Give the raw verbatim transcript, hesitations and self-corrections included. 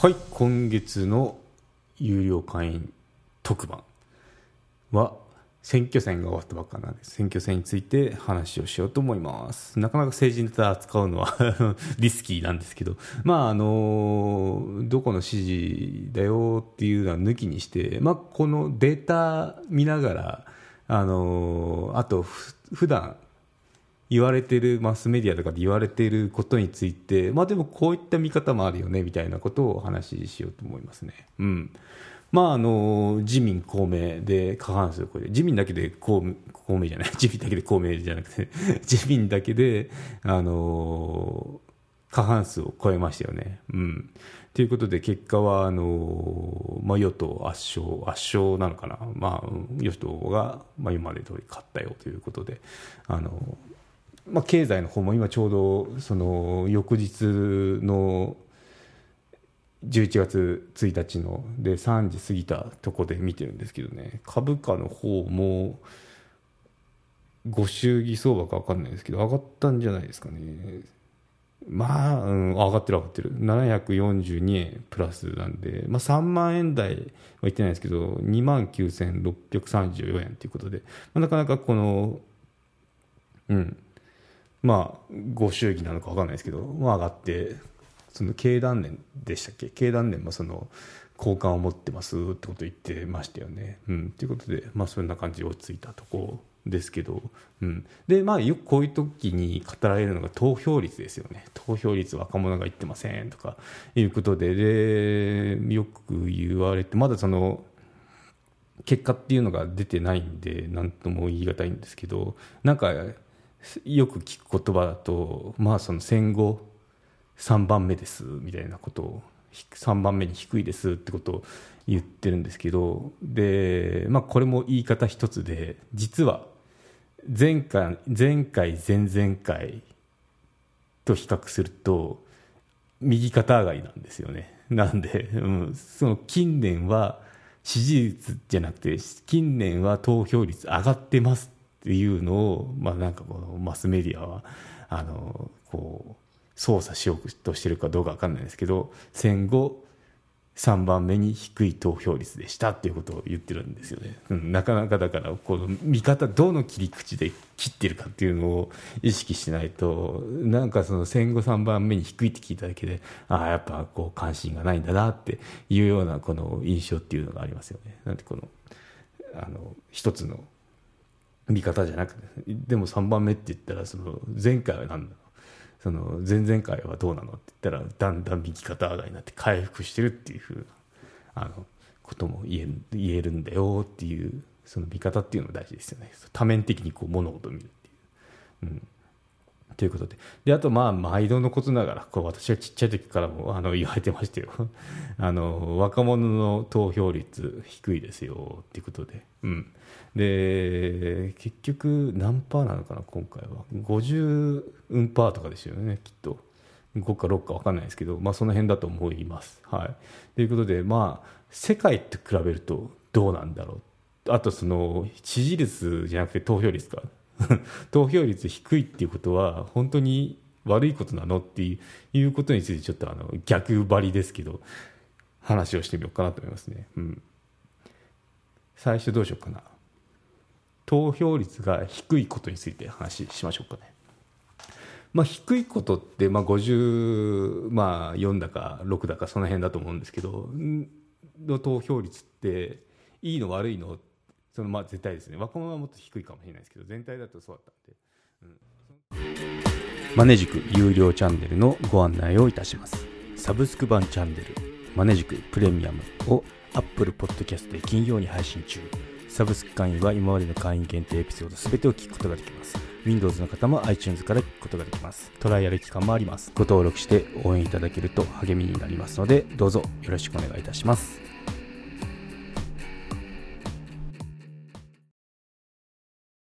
はい、今月の有料会員特番は選挙戦が終わったばっかなんです。選挙戦について話をしようと思います。なかなか政治ネタ扱うのはリスキーなんですけど、まああのどこの支持だよっていうのは抜きにして、まあこのデータ見ながら、あのあとふ普段言われているマスメディアとかで言われていることについて、まあでもこういった見方もあるよねみたいなことをお話ししようと思いますね。うん。まああの自民公明で過半数これ自民だけで公明公明じゃない自民だけで公明じゃなくて自民だけであの過半数を超えましたよね。うん。ということで結果はあのまあ与党圧勝圧勝なのかな。まあ与党がまあ今まで通り勝ったよということであの。まあ、経済の方も今ちょうどその翌日のじゅういちがつついたちのでさんじ過ぎたとこで見てるんですけどね、株価の方もご祝儀相場か分かんないですけど上がったんじゃないですかね。まあ、うん、上がってる上がってるななひゃくよんじゅうにえんプラスなんで、まあ、さんまんえん台はいってないですけど にまんきゅうせんろっぴゃくさんじゅうよえんということで、まあ、なかなかこのうんまあご祝儀なのか分かんないですけど、まあ、上がってその経団連でしたっけ経団連もその好感を持ってますってことを言ってましたよね。うん、ということで、まあ、そんな感じで落ち着いたとこですけど、うん、でまあよくこういう時に語られるのが投票率ですよね。投票率若者が言ってませんとかいうことで、でよく言われてまだその結果っていうのが出てないんで何とも言い難いんですけど、なんかよく聞く言葉だと、まあ、その戦後さんばんめですみたいなことをさんばんめに低いですってことを言ってるんですけど、で、まあ、これも言い方一つで実は前回前回前々回と比較すると右肩上がりなんですよね。なんで、うん、その近年は支持率じゃなくて近年は投票率上がってますっていうのを、まあ、なんかこのマスメディアはあのこう操作しようとしてるかどうか分かんないですけど、戦後さんばんめに低い投票率でしたっていうことを言ってるんですよね。うん、なかなかだからこの見方どの切り口で切ってるかっていうのを意識しないと、なんかその戦後さんばんめに低いって聞いただけで、ああやっぱこう関心がないんだなっていうようなこの印象っていうのがありますよね。なんてこのあの一つの見方じゃなくて、でもさんばんめって言ったらその前回は何だろう、その前々回はどうなのって言ったらだんだん右肩上がりになって回復してるっていう風なあのことも言える、言えるんだよっていう、その見方っていうのが大事ですよね。多面的にこう物事を見るっていう、うん、ということで、であとまあ毎度のことながらこう私はちっちゃい時からもあの言われてましたよあの若者の投票率低いですよっていうことで、うん、で結局何パーなのかな今回はごじゅううんパーとかですよねきっとごかろくか分かんないですけど、まあ、その辺だと思います。はい、ということでまあ世界と比べるとどうなんだろう、あとその支持率じゃなくて投票率か投票率低いっていうことは本当に悪いことなのっていうことについてちょっとあの逆張りですけど話をしてみようかなと思いますね。うん、最初どうしようかな。投票率が低いことについて話しましょうかね。まあ、低いことってまあごじゅう、まあ、よんだかろくだかその辺だと思うんですけどの投票率っていいの悪いのそのまあ絶対ですね。若者はもっと低いかもしれないですけど全体だとそうだったんで、うん、マネジク有料チャンネルのご案内をいたします。サブスク版チャンネルマネジクプレミアムを Apple Podcast で金曜に配信中。サブスク会員は今までの会員限定エピソード全てを聞くことができます。 Windows の方も iTunes から聞くことができます。トライアル期間もあります。ご登録して応援いただけると励みになりますのでどうぞよろしくお願いいたします。